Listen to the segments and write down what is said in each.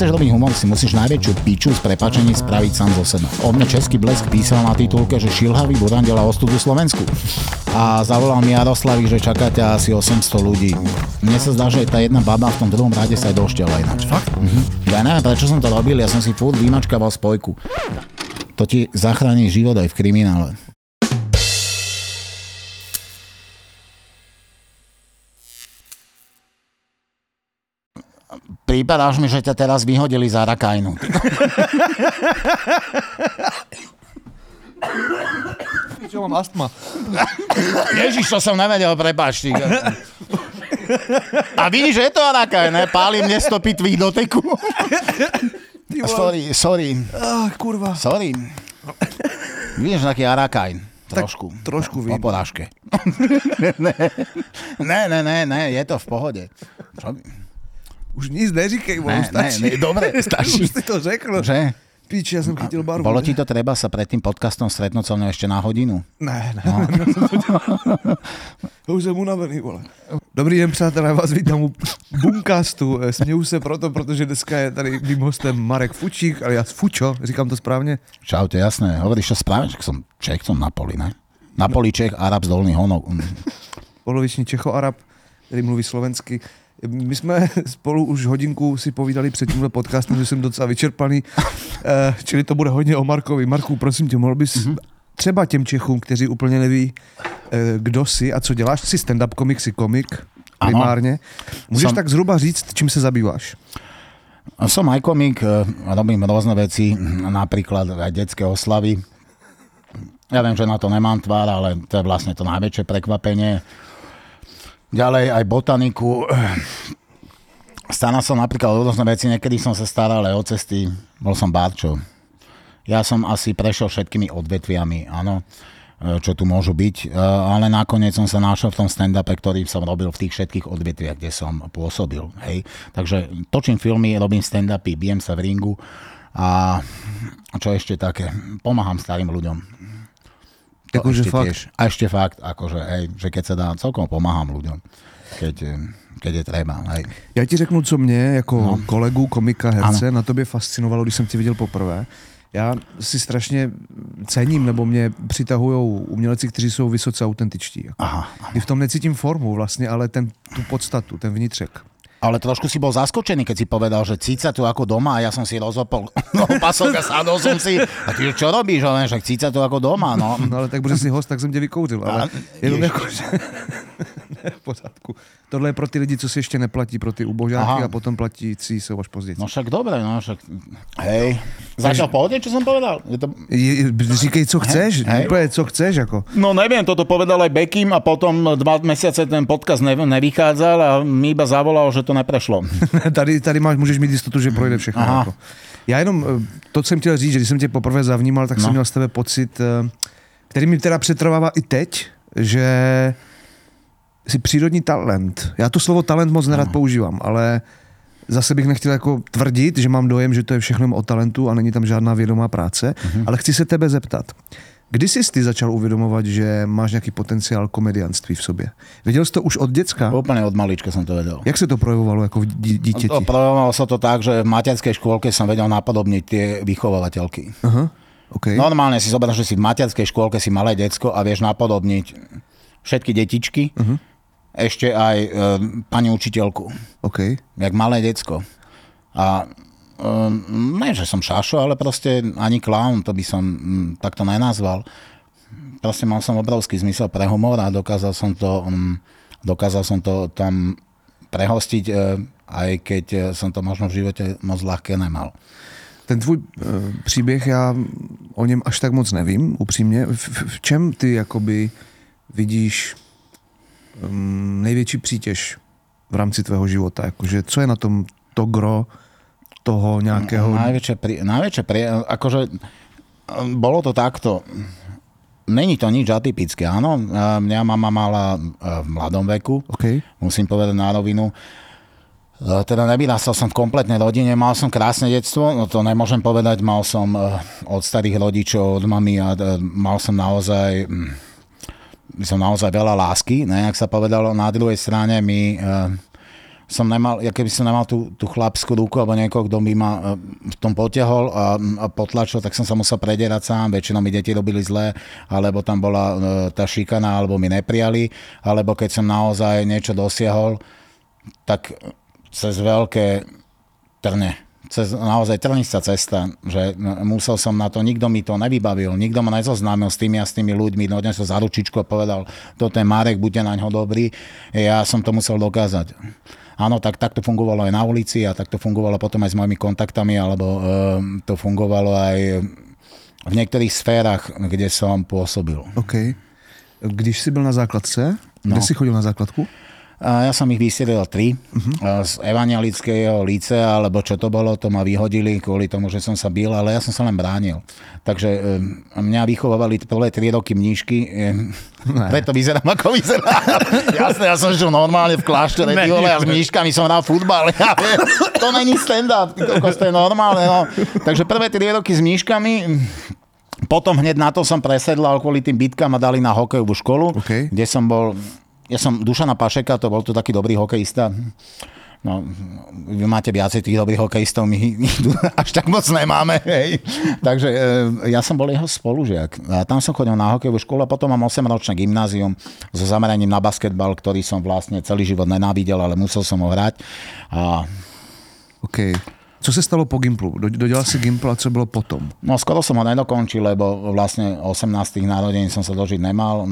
chceš robiť humor, si musíš najväčšiu piču z prepáčení spraviť sám zo seba. O mne Český blesk písal na titulke, že šilhavý burandel a ostudu Slovensku. A zavolal mi Jaroslavy, že čaká ťa asi 800 ľudí. Mne sa zdá, že tá jedna baba v tom druhom rade sa aj došťala ináč. Fakt? Ja neviem, prečo som to robil, ja som si furt vymačkával spojku. To ti zachráni život aj v kriminále. Prípadáš mi, že ťa teraz vyhodili za rakajnu. Čo mám astma? Ježiš, to som nevedel, prepáč. A vidíš, že je to rakaj, ne? Pálim miesto pitvých doteku. Sorry. Kurva. Sorry. Vidíš, taký arakajn. Trošku vím. Po porážke. Ne, je to v pohode. Čo? Už nic neříkej, stačí. Dobre, stačí. Už si to řekl. Že? Píči, ja som chytil barvu. Bolo ti to treba sa pred tým podcastom stretnúť so mnou ešte na hodinu? Ne. Už jsem unavený, vole. Dobrý den, přátelé, já vás vítám u Boomcastu. Směju se protože dneska je tady mým hostem Marek Fučík, alias Fučo, říkám to správně? Čaute, jasné. Hovoríš to správne? Som Čech, som Napoli, ne? Napoli, Čech, Arab z Dolných Honov. Poloviční Čecho-Arab, který mluví slovensky. My jsme spolu už hodinku si povídali před tímhle podcastem, že jsem docela vyčerpaný, čili to bude hodně o Markovi. Marku, prosím tě, mohl bys třeba těm Čechům, kteří úplně neví, kdo jsi a co děláš, jsi stand-up komik, jsi komik primárně. Můžeš tak zhruba říct, čím se zabýváš? Som aj komik, robím rôzne veci, napríklad aj detské oslavy. Ja viem, že na to nemám tvár, ale to je vlastne to najväčšie prekvapenie. Ďalej aj botaniku. Staral som napríklad o rôzne veci, niekedy som sa staral aj o cesty, bol som barčo. Ja som asi prešiel všetkými odvetviami, áno, čo tu môžu byť, ale nakoniec som sa našiel v tom stand-upe, ktorý som robil v tých všetkých odvetviach, kde som pôsobil. Hej. Takže točím filmy, robím stand-upy, bijem sa v ringu a čo ešte také, pomáham starým ľuďom. Akože fakt. A ešte fakt, akože, hej, že keď sa dá, celkom pomáhám ľuďom, keď je třeba. Hej. Já ti řeknu, co mě jako kolegu, komika, herce na tobě fascinovalo, když jsem tě viděl poprvé. Já si strašně cením, nebo mě přitahujou umělci, kteří jsou vysoce autentičtí. Jako. Aha. I v tom necítím formu vlastně, ale tu podstatu, ten vnitřek. Ale trošku si bol zaskočený, keď si povedal, že cíca tu ako doma a ja som si rozopol pasok a sadol som si. A ty čo robíš? Ale však cíca tu ako doma, no. No ale tak, protože jsi host, tak jsem tě vykouřil. Ale jenom jako, že... ne, v pořádku. Tohle je pro ty lidi, co si ještě neplatí, pro ty ubožáky a potom platící jsou až později. No však dobre, no však... Hej. Začal pohodne, čo som povedal? Říkej, co chceš. Úplně, co chceš, jako. No neviem, toto povedal aj Bekim a potom 2 mesiace ten podcast nevychádzal a mi iba zavolal, že to neprešlo. tady můžeš mít jistotu, že projde všechno. Jako. Já jenom, to, co jsem chtěl říct, že když jsem tě poprvé zavnímal, tak jsem měl z tebe pocit, který mi teda přetrvává i teď, že jsi přírodní talent. Já to slovo talent moc nerad používám, ale zase bych nechtěl jako tvrdit, že mám dojem, že to je všechno o talentu a není tam žádná vědomá práce, ale chci se tebe zeptat. Kdy jsi ty začal uvědomovat, že máš nějaký potenciál komedianství v sobě? Věděl jsi to už od děcka? Úplne od malička som to vedel. Jak se to projevovalo jako dítěti? Projevovalo sa to tak, že v materskej škôlke som vedel napodobniť tie vychovateľky. Aha, okay. Normálne si zoberám, že si v materskej škôlke si malé decko a vieš napodobniť všetky detičky, ešte aj pani učiteľku. Okay. Jak malé decko. A ne, že som šašo, ale proste ani klaun, to by som takto nenazval. Proste mal som obrovský zmysel pre humor a dokázal som to tam prehostiť, aj keď som to možno v živote moc ľahké nemal. Ten tvůj příběh, já o něm až tak moc nevím, upřímně. V čem ty jakoby vidíš největší přítěž v rámci tvého života? Jakože, co je na tom to gro toho nejakého... Najväčšie akože bolo to takto. Není to nič atypické, áno. Mňa mama mala v mladom veku, musím povedať na rovinu. Teda nevyrastal som v kompletnej rodine, mal som krásne detstvo, no to nemôžem povedať, mal som od starých rodičov, od mami a mal som naozaj veľa lásky, ne, jak sa povedalo. Na druhej strane mi keby som nemal tú chlapskú ruku alebo niekoho, kto by ma v tom potiahol a potlačil, tak som sa musel predierať sám. Väčšinou mi deti robili zlé, alebo tam bola tá šikana, alebo mi neprijali, alebo keď som naozaj niečo dosiahol, tak cez veľké trne. Naozaj trnistá cesta, že musel som na to, nikto mi to nevybavil, nikto ma nezoznámil s tými a s tými ľuďmi, dnes to za ručičku a povedal, toto je Marek, buďte na ňo dobrý, ja som to musel dokázať. Áno, tak to fungovalo aj na ulici a tak to fungovalo potom aj s mojimi kontaktami, alebo to fungovalo aj v niektorých sférach, kde som pôsobil. OK. Když jsi byl na základce, kde jsi chodil na základku? Ja som ich vysielil 3 z evangelického lícea, alebo čo to bolo, to ma vyhodili kvôli tomu, že som sa bil, ale ja som sa len bránil. Takže mňa vychovávali prvé 3 roky mníšky, preto vyzerám ako vyzerám. Jasné, ja som žil normálne v kláštore, a s mníškami som hral futbal. To není stand-up, to je normálne. No. Takže prvé 3 roky s mníškami, potom hneď na to som presedlal kvôli tým bitkám a dali na hokejovú školu, kde som bol... Ja som Dušana Pašeka, to bol tu taký dobrý hokejista. No, vy máte viacej tých dobrých hokejistov, my až tak moc nemáme. Hej. Takže ja som bol jeho spolužiak. A tam som chodil na hokejovú školu a potom mám 8-ročné gymnázium so zameraním na basketbal, ktorý som vlastne celý život nenávidel, ale musel som ho hrať. OK. Co se stalo po Gimplu? Dodělal si Gimpl a co bylo potom? No skoro som ho nedokončil, lebo vlastne 18. narodenín som sa dožiť nemal.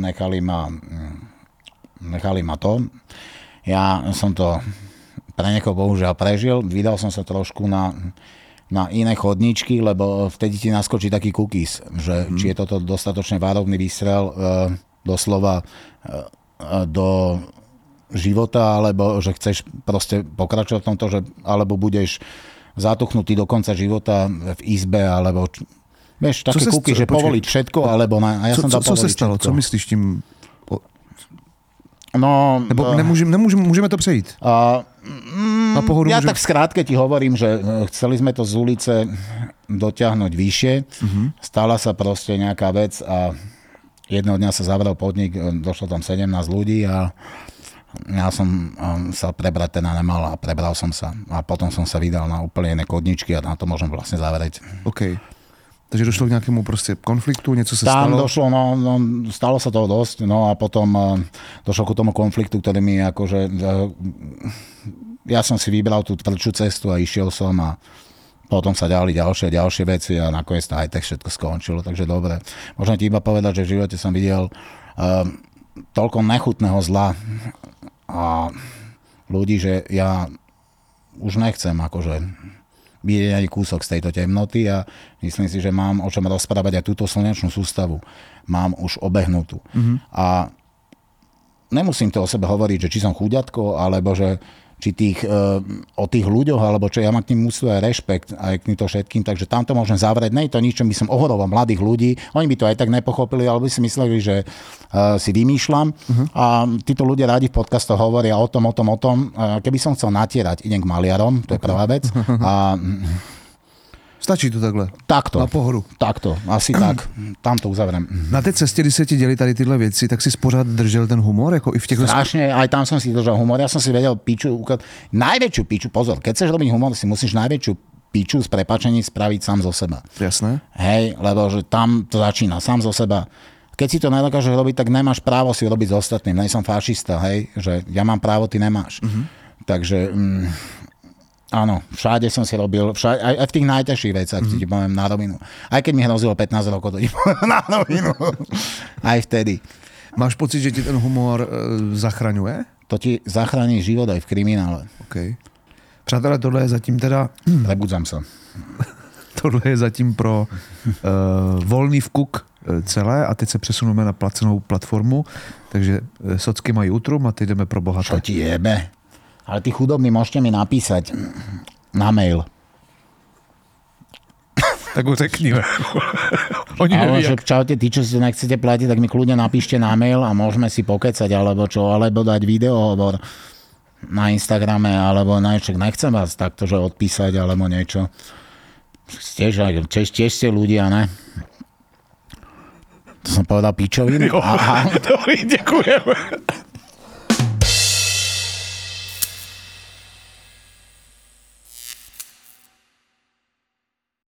Nechali ma to. Ja som to pre niekoho bohužiaľ prežil. Vydal som sa trošku na iné chodničky, lebo vtedy ti naskočí taký cookies, že či je toto dostatočne várovný výstrel doslova do života, alebo že chceš proste pokračovať v tomto, že alebo budeš zatuchnutý do konca života v izbe, alebo vieš, také cookies, že povoliť všetko, alebo ne. A ja som dal povoliť co se stalo? všetko. Co myslíš tím? No, nebo môžeme to přejít? Na pohodu ja tak v skrátke ti hovorím, že chceli sme to z ulice dotiahnuť vyššie. Stala sa proste nejaká vec a jedného dňa sa zavrel podnik, došlo tam 17 ľudí a ja som sa prebrať teda nemal a prebral som sa. A potom som sa vydal na úplne iné kodničky a na to môžem vlastne zavrieť. OK. Takže došlo k nejakému proste konfliktu, niečo sa tam stalo? Tam došlo, stalo sa toho dosť, no a potom došlo ku tomu konfliktu, ktorý mi akože... Ja som si vybral tú tvrdšiu cestu a išiel som a potom sa ďali ďalšie veci a nakoniec to aj tak všetko skončilo, takže dobre. Môžem ti iba povedať, že v živote som videl toľko nechutného zla a ľudí, že ja už nechcem akože vidieť ani kúsok z tejto temnoty a myslím si, že mám o čom rozprávať aj túto slnečnú sústavu. Mám už obehnutú. A nemusím to o sebe hovoriť, že či som chuďatko, alebo že či o tých ľuďoch, alebo čo, ja mám k ním musím aj rešpekt aj k týmto všetkým, takže tam to môžem zavrieť. Nie je to nič, čo by som ohoroval mladých ľudí, oni by to aj tak nepochopili, alebo by si mysleli, že si vymýšľam. A títo ľudia rádi v podcastoch hovoria o tom. Keby som chcel natierať, idem k maliarom, to je prvá vec. A stačí to takhle? Takto. Na pohodu? Takto, asi tak. Tam to uzavriem. Na té cestě, když se ti děli tady tyhle věci, tak si pořád držel ten humor? Jako i v těch... Strašne, aj tam som si držal humor. Ja som si vedel najväčšiu piču, pozor, keď chceš robiť humor, si musíš najväčšiu piču s prepáčením spraviť sám zo seba. Jasné. Hej, lebo že tam to začína, sám zo seba. Keď si to nedokážeš robiť, tak nemáš právo si robiť s ostatným. Nej som fašista, hej, že ja mám právo, ty nemáš. Takže... Áno, všade som si robil, aj v tých najťažších veciach, ti poviem na rovinu. Aj keď mi hrozilo 15 rokov, to ti poviem na rovinu. Aj vtedy. Máš pocit, že ti ten humor zachraňuje? To ti zachrání život aj v kriminále. OK. Přátelé, tohle je zatím teda... Prebudzam sa. Tohle je zatím pro volný vkuk celé a teď se přesuneme na placenou platformu, takže socky mají útrum a teď jdeme pro bohaté. Čo ti jebe? Ale tí chudobní môžete mi napísať na mail. Tak ho řeknime. Oni ale však čaute, tí, čo si nechcete platiť, tak mi kľudne napíšte na mail a môžeme si pokecať, alebo čo, alebo dať videohovor na Instagrame, alebo niečo. Nechcem vás takto, že odpísať, alebo niečo. Tiež ste ľudia, ne? To som povedal pičovinu? Jo, dobrý, ďakujem.